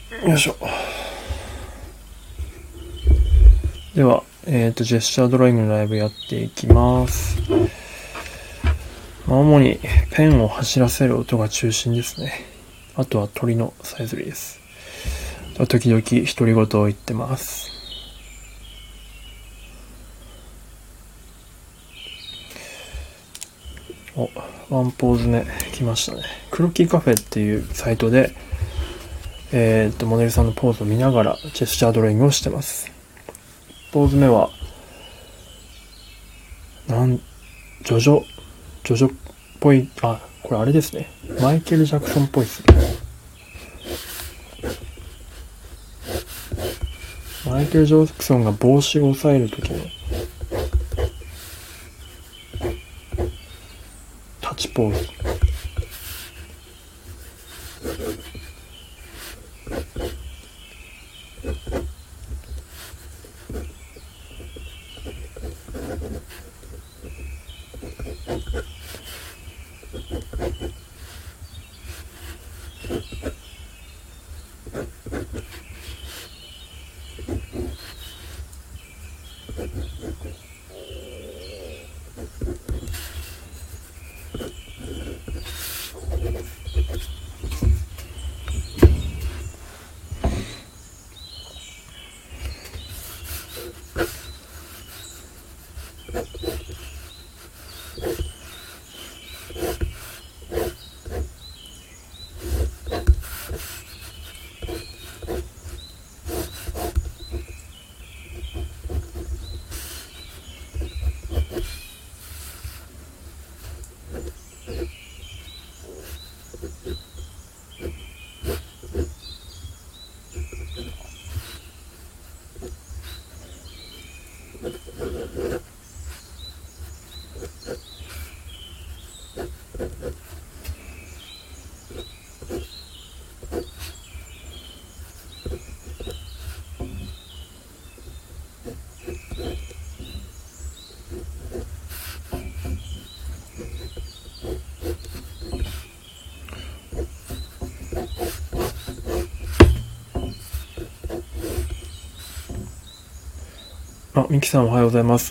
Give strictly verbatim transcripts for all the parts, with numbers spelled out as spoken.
よいしょ。では、えっと、ジェスチャードローイングのライブやっていきます。まあ、主にペンを走らせる音が中心ですね。あとは鳥のさえずりです。時々独り言を言ってます。お、ワンポーズ目来ましたね。黒木カフェっていうサイトで、えっと、モデルさんのポーズを見ながらジェスチャードローイングをしてます。ポーズ目は、なん、ジョジョ、ジョジョっぽい、あ、これあれですね。マイケル・ジャクソンっぽいですね。マイケル・ジャクソンが帽子を押さえるときのタッチポーズ。あ、ミキさんおはようございます。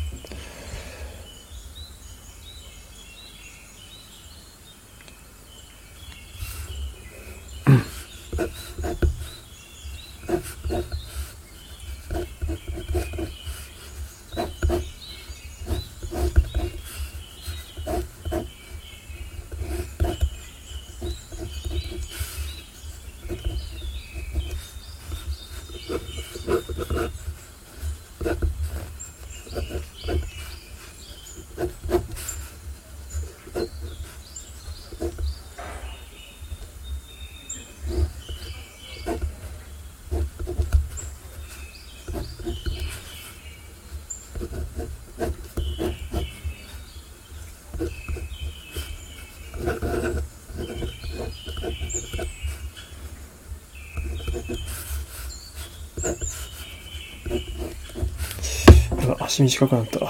足短くなった。う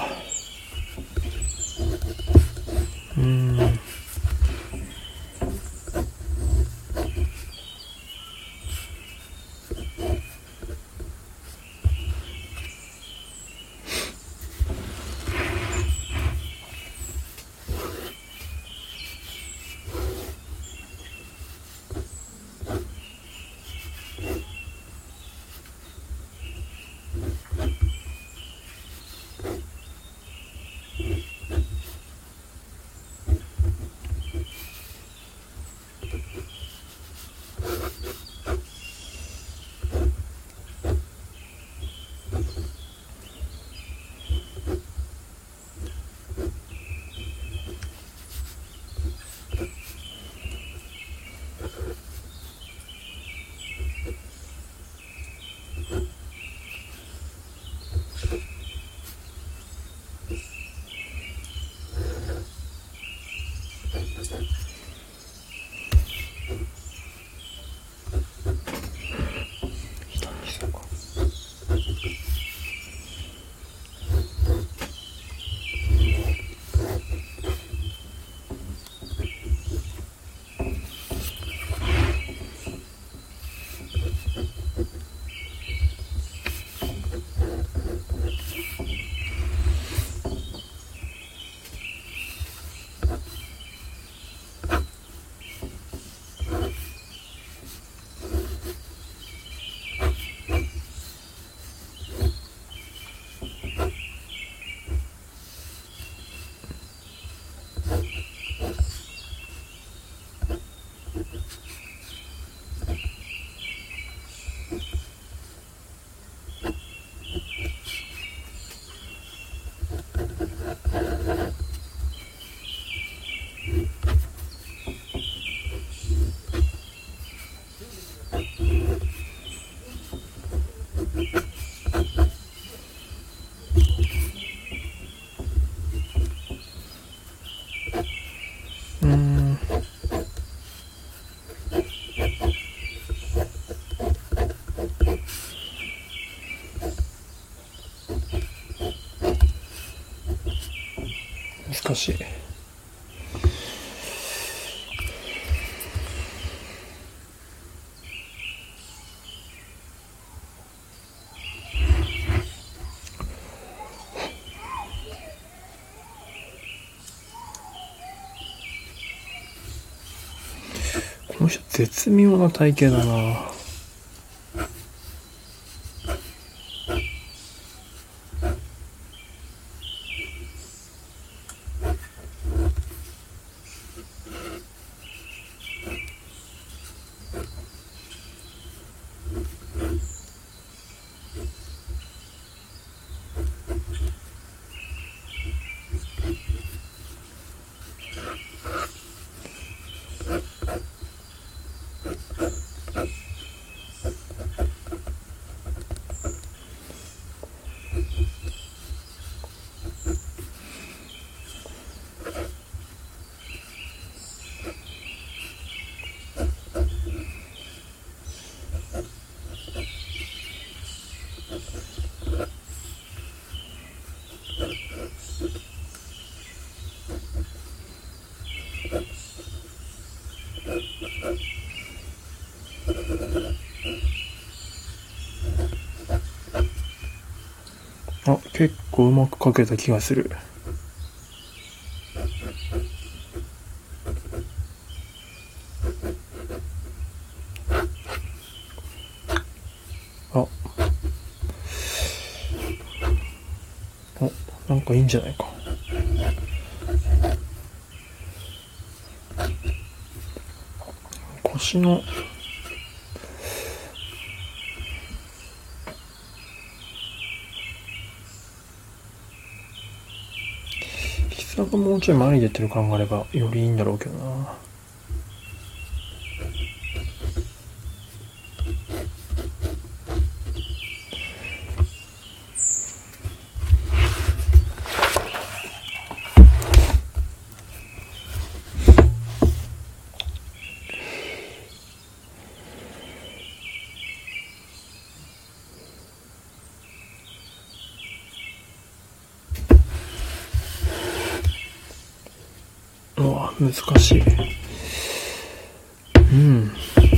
ーん。 しい。この人絶妙な体型だな。あ、結構うまく描けた気がする。あ、お、なんかいいんじゃないか。腰の膝がもうちょい前に出てる感があればよりいいんだろうけどな。うわ、難しい。うん。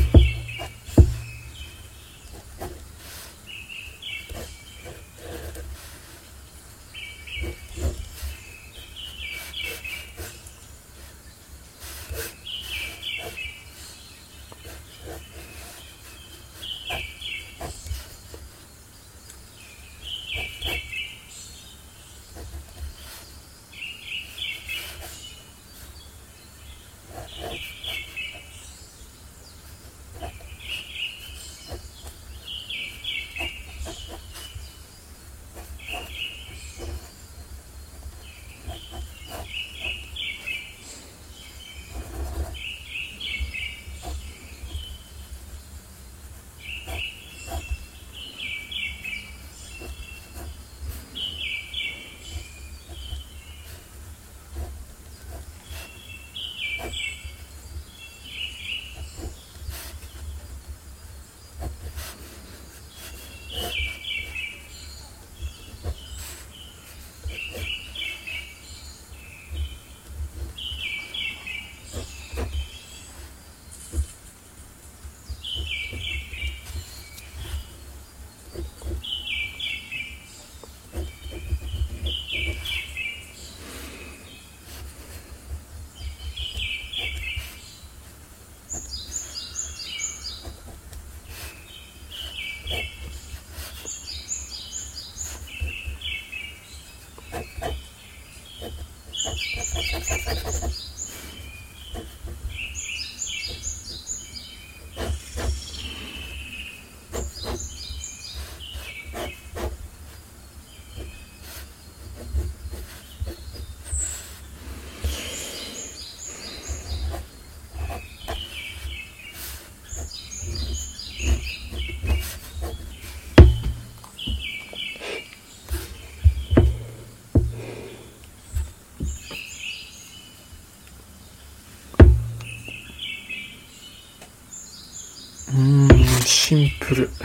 うーん、シンプル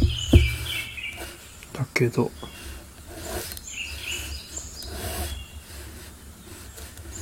だけど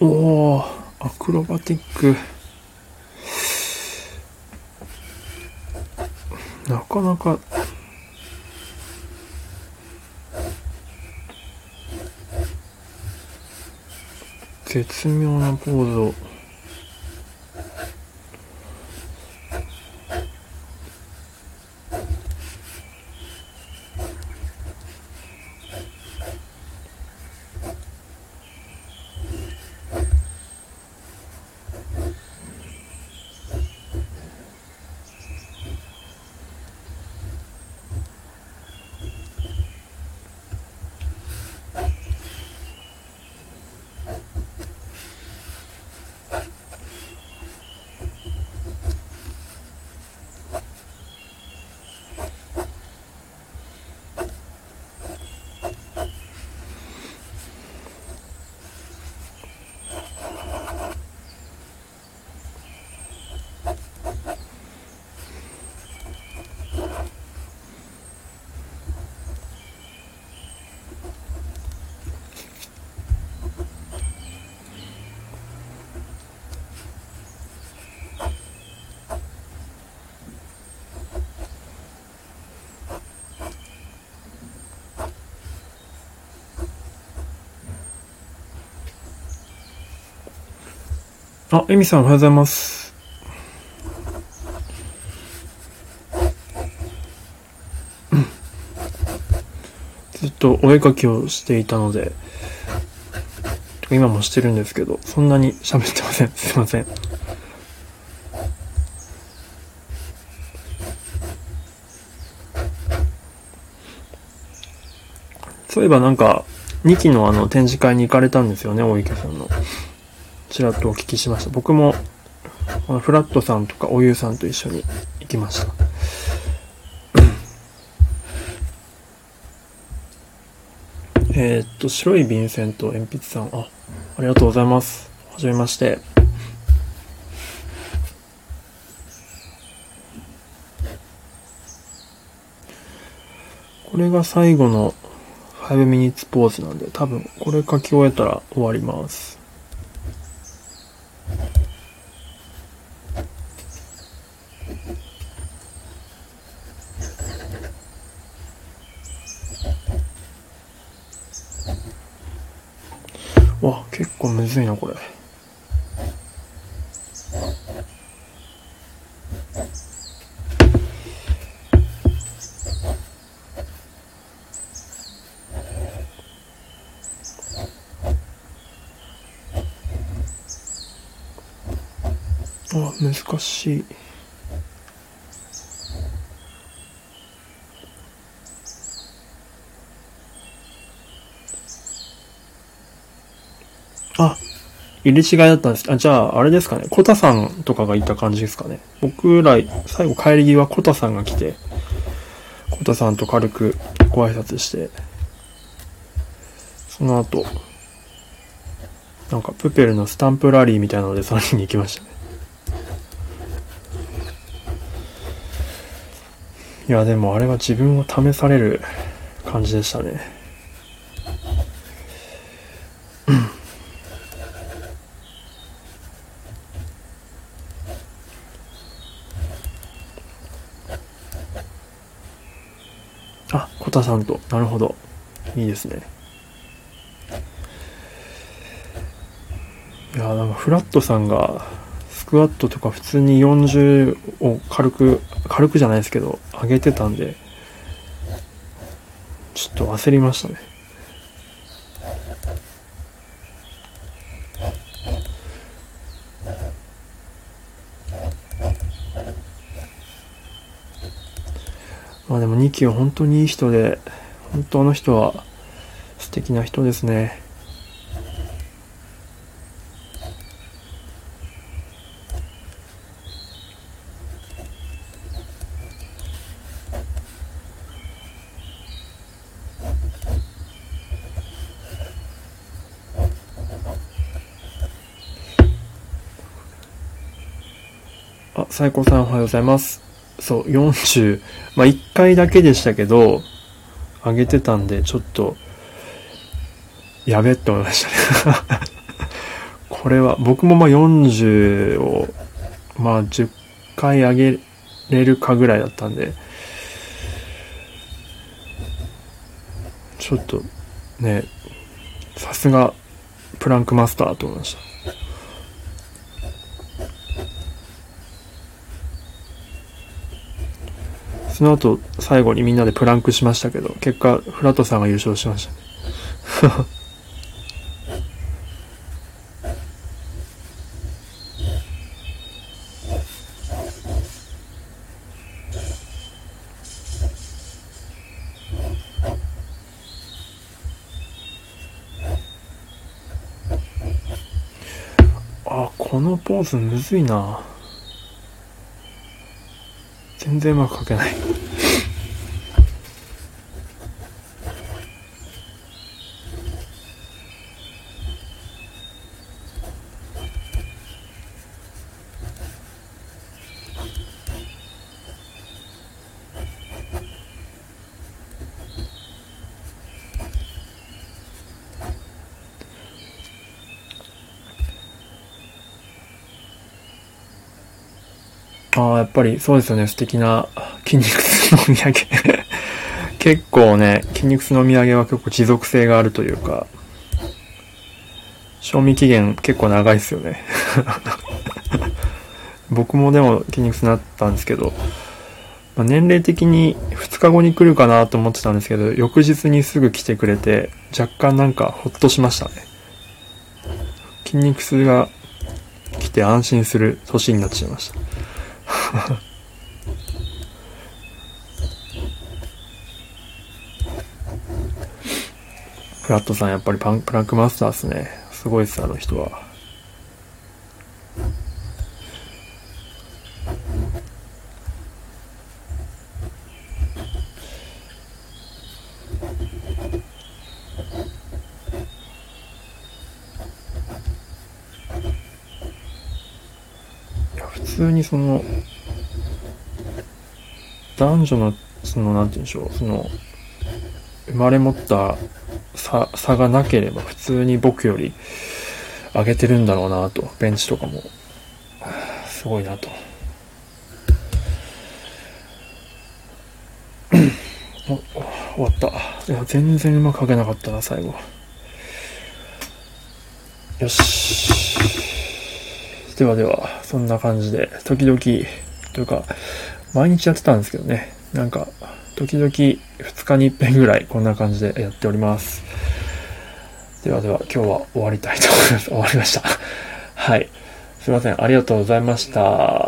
おー、アクロバティック。なかなか絶妙なポーズを。あ、エミさんおはようございます。ずっとお絵かきをしていたので、今もしてるんですけど、そんなに喋ってません。すいません。そういえばなんか、にきのあの展示会に行かれたんですよね、大池さんの。ちらっとお聞きしました。僕も、あのフラットさんとかおゆうさんと一緒に行きました。えーっと、白い便箋と鉛筆さん、あ、ありがとうございます。はじめまして。これが最後のごミニッツポーズなんで、多分これ書き終えたら終わります。わ、結構むずいなこれ。あ、難しい。あ、入れ違いだったんです。あ、じゃあ、あれですかね。コタさんとかがいた感じですかね。僕ら、最後帰り際、コタさんが来て、コタさんと軽くご挨拶して、その後、なんか、プペルのスタンプラリーみたいなので、その日に行きましたね。いや、でもあれは自分を試される感じでしたね。あ、コタさんと、なるほど。いいですね。いや、なんかフラットさんが、スクワットとか普通によんじゅうを軽く、軽くじゃないですけど、上げてたんで、ちょっと焦りましたね。まあでもにきは本当にいい人で、本当あの人は素敵な人ですね。あ、最高さんおはようございます。そう、よんじゅう、まあいっかいだけでしたけど、上げてたんで、ちょっと、やべって思いましたね。ここれは、僕もまあよんじゅうを、まあじゅっかい上げれるかぐらいだったんで、ちょっとね、さすがプランクマスターと思いました。その後、最後にみんなでプランクしましたけど、結果、フラットさんが優勝しましたね。あ、このポーズむずいな。全然うまく描けない。ああ、やっぱりそうですよね。素敵な筋肉痛のお土産。結構ね、筋肉痛のお土産は結構持続性があるというか、賞味期限結構長いですよね。僕もでも筋肉痛になったんですけど、まあ、年齢的にふつかごに来るかなと思ってたんですけど、翌日にすぐ来てくれて、若干なんかほっとしましたね。筋肉痛が来て安心する年になっちゃいました。フラットさんやっぱりパンプランクマスターですね。すごいです、あの人は。いや、普通にその、男女の、その、なんて言うんでしょう、その、生まれ持った差、差がなければ普通に僕より上げてるんだろうなと。ベンチとかも、すごいなと。お、終わった。いや、全然うまく書けなかったな、最後。よし。ではでは、そんな感じで、時々、というか、毎日やってたんですけどね。なんか、時々ふつかにいっぺんぐらいこんな感じでやっております。ではでは、今日は終わりたいと思います。終わりました。はい。すいません。ありがとうございました。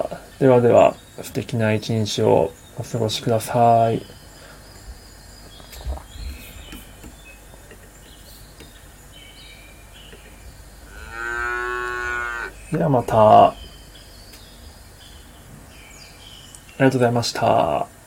ではでは、素敵な一日をお過ごしください。ではまた。ありがとうございました。